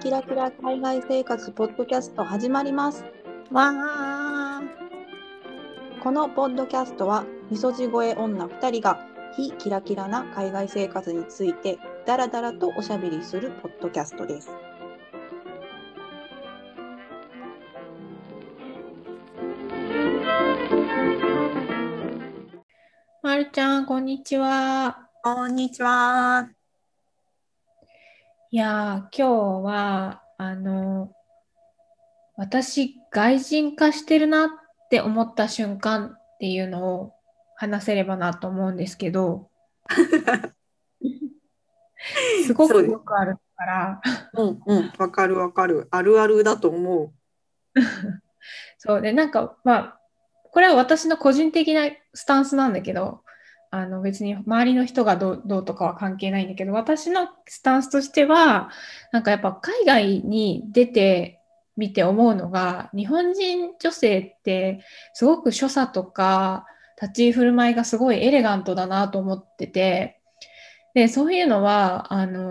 キラキラ海外生活ポッドキャスト始まります。 わこのポッドキャストはみそじ声女2人が非キラキラな海外生活についてダラダラとおしゃべりするポッドキャストです。 まるちゃん、こんにちは。 こんにちは。 いやー、今日は私外人化してるなって思った瞬間っていうのを話せればなと思うんですけど、すごくよくあるから。 わかるわかる。あるあるだと思う。 そうで、これは私の個人的なスタンスなんだけど、別に周りの人がどうとかは関係ないんだけど、私のスタンスとしては、やっぱ海外に出てみて思うのが、日本人女性ってすごく所作とか立ち居振る舞いがすごいエレガントだなと思ってて、で、そういうのは、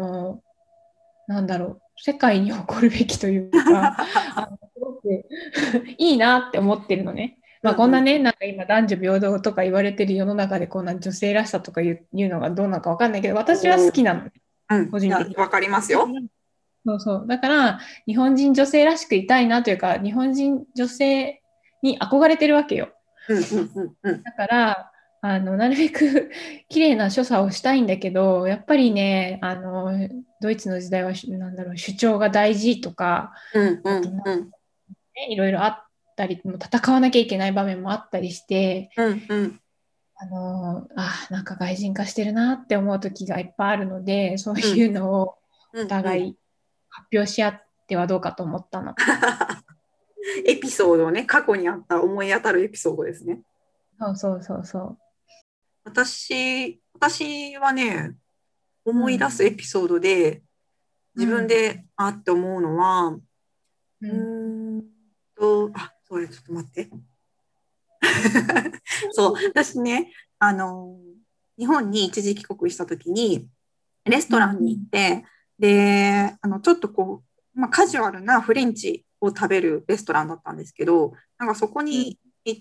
世界に誇るべきというか、すごくいいなって思ってるのね。こんなね、今男女平等とか言われてる世の中でこんな女性らしさとかいうのがどうなのか分かんないけど、私は好きなの。 個人的に。わかりますよ。 そうそう。だから、日本人女性らしくいたいなというか、日本人女性に憧れてるわけよ。だから、なるべく綺麗な所作をしたいんだけど、やっぱりね、ドイツの時代は主張が大事とか、いろいろあったり、戦わなきゃいけない場面もあったりして、なんか外人化してるなって思う時がいっぱいあるので、そういうのをお互い発表し合ってはどうかと思ったの。 エピソードね、過去にあった思い当たるエピソードですね。 そう。 私はね、思い出すエピソードで、自分でって思うのは、そうや、ちょっと待って。そう、私ね、日本に一時帰国した時に、レストランに行って、で、ちょっとカジュアルなフレンチを食べるレストランだったんですけど、そこに行って、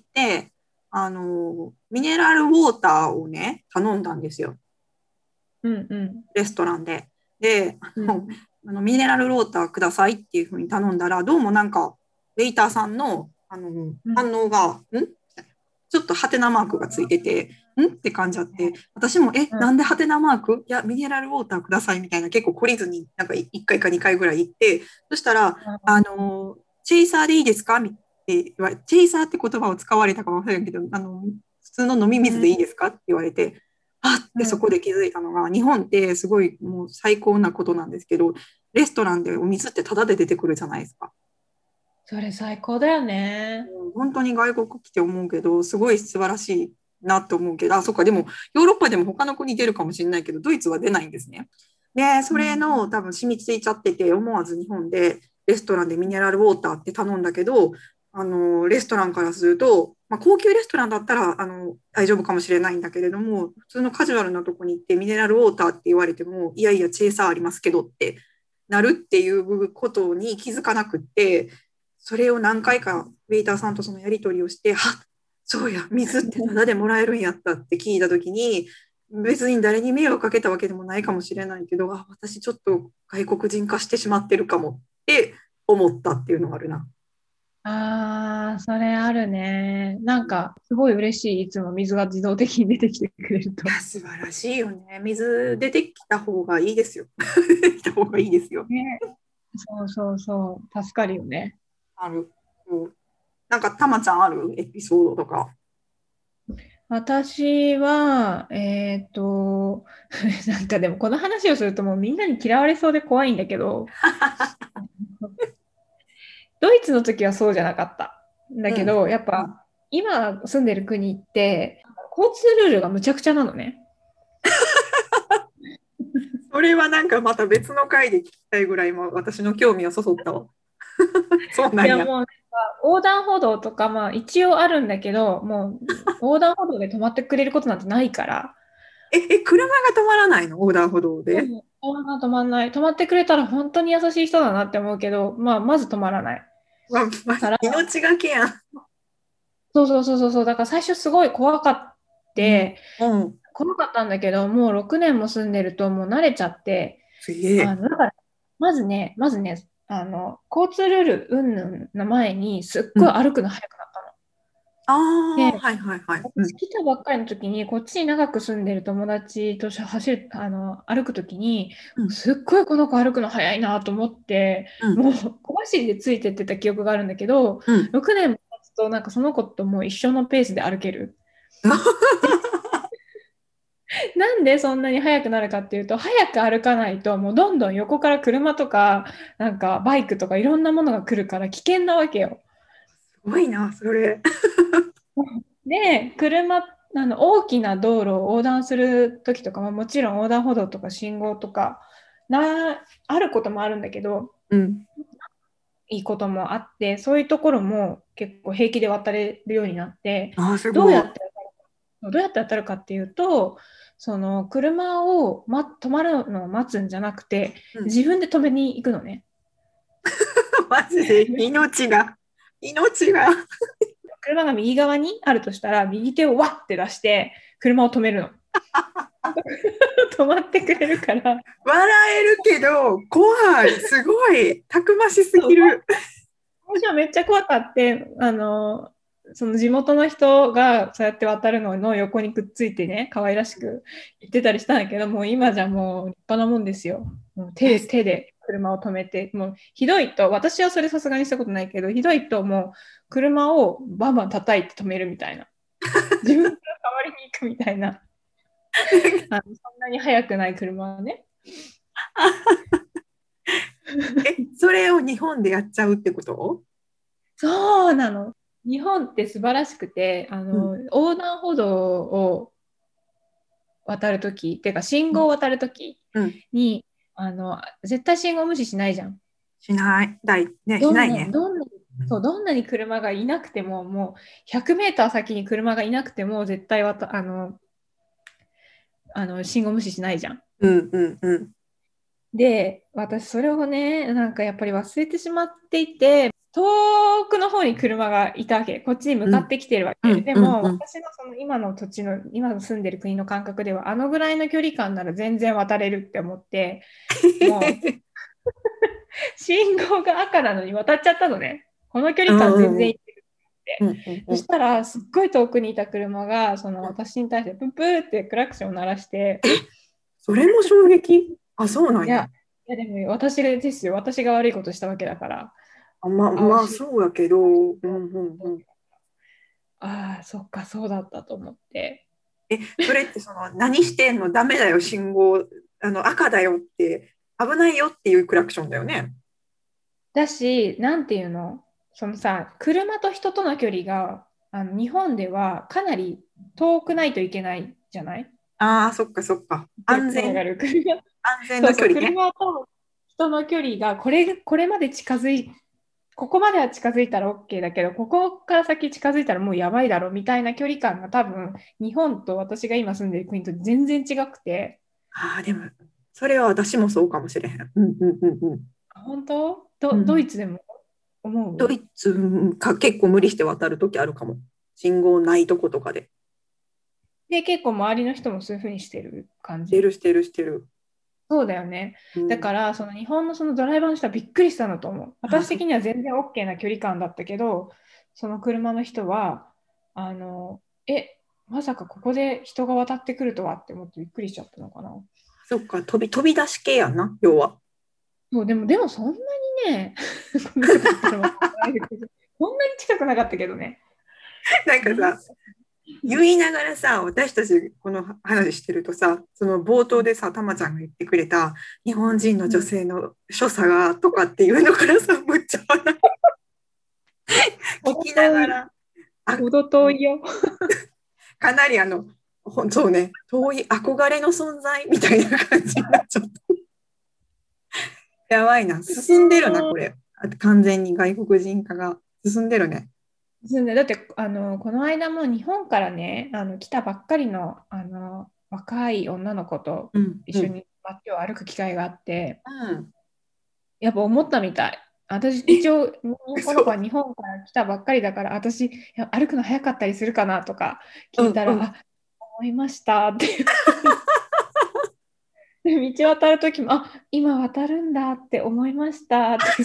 ミネラルウォーターをね、頼んだんですよ。レストランで。で、ミネラルウォーターくださいっていうふうに頼んだら、どうもウェイターさんの、反応が、ちょっとハテナマークがついてて、って感じあって、私も、なんでハテナマーク？いや、ミネラルウォーターくださいみたいな、結構懲りずに、1回か2回ぐらい行って、そしたら、チェイサーでいいですかって言われて、チェイサーって言葉を使われたかもしれないけど、普通の飲み水でいいですかって言われて、ってそこで気づいたのが、日本ってすごいもう最高なことなんですけど、レストランでお水ってタダで出てくるじゃないですか。 それ最高だよね。 本当に外国来て思うけど、すごい素晴らしいなと思うけど、そっか、でもヨーロッパでも他の国出るかもしれないけど、ドイツは出ないんですね。で、それの多分染みついちゃってて、思わず日本でレストランでミネラルウォーターって頼んだけど、レストランからすると、高級レストランだったら大丈夫かもしれないんだけれども、普通のカジュアルなとこに行ってミネラルウォーターって言われても、いやいや、チェイサーありますけどってなるっていうことに気づかなくって、それを何回かウェイターさんとそのやり取りをして、そうや、水ってタダでもらえるんやったって聞いたときに、別に誰に迷惑かけたわけでもないかもしれないけど、私ちょっと外国人化してしまってるかもって思ったっていうのがあるな。 それあるね。すごい嬉しい。いつも水が自動的に出てきてくれると。 素晴らしいよね。水出てきた方がいいですよ。出てきた方がいいですよ。 ね、そう。助かるよね。 ある。たまちゃんあるエピソードとか。 私は、でもこの話をするともうみんなに嫌われそうで怖いんだけど、ドイツの時はそうじゃなかった。だけど、やっぱ、今住んでる国って、交通ルールがむちゃくちゃなのね。 それはまた別の回で聞きたいぐらい私の興味をそそったわ。そうなんや。 いやもう横断歩道とか一応あるんだけど、もう横断歩道で止まってくれることなんてないから。 車が止まらないの？横断歩道で。 止まんない。止まってくれたら本当に優しい人だなって思うけど、まず止まらない。から、 命がけやん。 そう。だから最初すごい怖かって、怖かったんだけど、もう6年も住んでるともう慣れちゃって、 すげえ。 だからまずね、交通ルール云々の前にすっごい歩くの早くなったの。 ああ、 で、 はいはいはい。 私来たばっかりの時に、こっちに長く住んでる友達と歩く時に、すっごいこの子歩くの早いなと思って、もう小走りでついてってた記憶があるんだけど、6年も経つと、なんかその子ともう一緒のペースで歩ける。なんでそんなに速くなるかっていうと、速く歩かないと、もうどんどん横から車とか、なんかバイクとかいろんなものが来るから危険なわけよ。 すごいな、それ。 で、大きな道路を横断するときとかももちろん横断歩道とか信号とかあることもあるんだけど、いいこともあって、そういうところも結構平気で渡れるようになって、どうやって渡るかっていうと、その車を、止まるのを待つんじゃなくて、自分で止めに行くのね。 マジで命が。 車が右側にあるとしたら、右手をわって出して車を止めるの。止まってくれるから。 笑えるけど怖い。すごいたくましすぎる。 私はめっちゃ怖かって、その地元の人がそうやって渡るのの横にくっついてね、可愛らしく言ってたりしたんだけど、もう今じゃもう立派なもんですよ。もう手で車を止めて、もうひどいと、私はそれさすがにしたことないけど、ひどいともう車をバンバン叩いて止めるみたいな。自分から代わりに行くみたいな。そんなに速くない車はね。 それを日本でやっちゃうってこと？ そうなの。日本って素晴らしくて、横断歩道を渡るとき、っていうか信号を渡るときに、絶対信号無視しないじゃん。 しない。しないね。 どんなに車がいなくても、もう100メーター先に車がいなくても、絶対信号無視しないじゃん。で、私それをね、なんかやっぱり忘れてしまっていて、遠くの方に車がいたわけ。こっちに向かってきてるわけ。でも、私のその今の住んでる国の感覚では、あのぐらいの距離感なら全然渡れるって思って、もう、信号が赤なのに渡っちゃったのね。この距離感全然いけるって。そしたら、すっごい遠くにいた車が、私に対してプンプーってクラクションを鳴らして。 それも衝撃？あ、そうなんや。 いやでも私が悪いことしたわけだから。 まあそうやけど、 ああ、そっか、そうだったと思って。 それって何してんの？ダメだよ、信号、赤だよって、危ないよっていうクラクションだよね。 だし、なんていうの？そのさ、車と人との距離が、日本ではかなり遠くないといけないじゃない？ ああ、そっか。安全な距離ね。 車と人の距離がこれまでここまでは近づいたら OK だけど、ここから先近づいたらもうやばいだろみたいな距離感が多分、日本と私が今住んでる国と全然違くて。 ああ、でも、それは私もそうかもしれへん。 本当？ドイツでも思う？ ドイツ結構無理して渡るときあるかも。信号ないとことかで。 で、結構周りの人もそういうふうにしてる感じ。 してる。 そうだよね。だから、その日本のそのドライバーの人はびっくりしたのと思う。私的には全然 OK な距離感だったけど、その車の人は、まさかここで人が渡ってくるとはって思ってびっくりしちゃったのかな。 そっか、飛び出し系やんな、要は。 そうでもそんなにね、こんなに近くなかったけどね。 なんかさ、言いながらさ、私たちこの話してるとさ、その冒頭でさ、たまちゃんが言ってくれた日本人の女性の所作がとかっていうのからさ、むっちゃ笑聞きながら。 ほど遠いよ。 かなりそうね、遠い憧れの存在みたいな感じになっちゃった。やばいな、進んでるな、これ。完全に外国人化が進んでるね。 だってこの間も日本からね来たばっかりの若い女の子と一緒に街を歩く機会があって、やっぱ思ったみたい。私一応この子は日本から来たばっかりだから私歩くの早かったりするかなとか聞いたら、思いましたって道渡る時も今渡るんだって思いましたって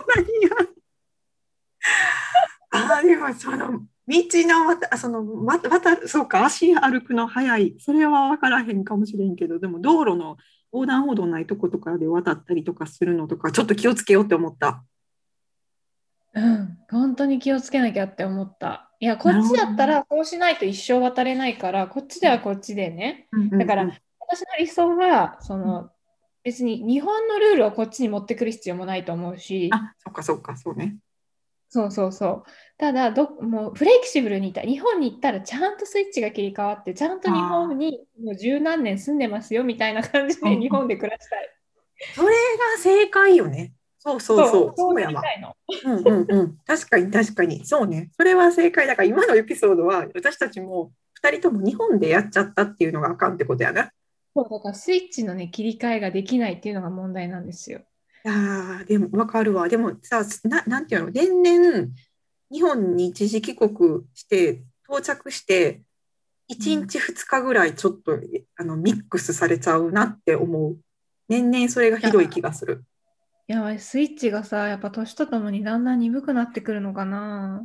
でもその道の渡る、そうか、足歩くの早い、それは分からへんかもしれんけど、でも道路の横断歩道ないとことかで渡ったりとかするのとか、ちょっと気をつけようって思った。 本当に気をつけなきゃって思った。いや、こっちだったらそうしないと一生渡れないから、こっちではこっちでね。だから私の理想は別に日本のルールをこっちに持ってくる必要もないと思うし。 そうね。 そう。ただもうフレキシブルにいた日本に行ったらちゃんとスイッチが切り替わってちゃんと日本にもう十何年住んでますよみたいな感じで日本で暮らしたい。 それが正解よね。そうやわ。確かにそうね。それは正解だから今のエピソードは私たちも2人とも日本でやっちゃったっていうのがあかんってことやな。 そうだからスイッチのね切り替えができないっていうのが問題なんですよ。 でも分かるわ。でもさ、なんていうの、年々日本に一時帰国して到着して1日2日ぐらいちょっとミックスされちゃうなって思う。年々それがひどい気がする。 やばい、スイッチがさ、やっぱ年とともにだんだん鈍くなってくるのかな。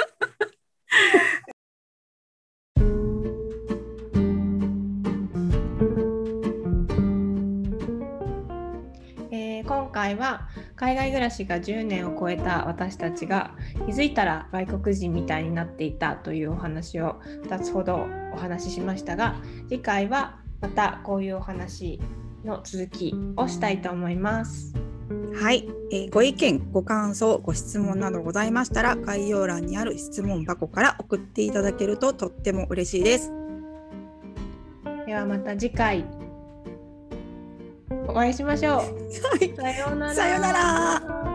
今回は海外暮らしが10年を超えた私たちが気づいたら外国人みたいになっていたというお話を2つほどお話ししましたが、次回はまたこういうお話の続きをしたいと思います。 はい、ご意見、ご感想、ご質問などございましたら概要欄にある質問箱から送っていただけるととっても嬉しいです。 ではまた次回お会いしましょう。 はい、 さようなら。 さようなら。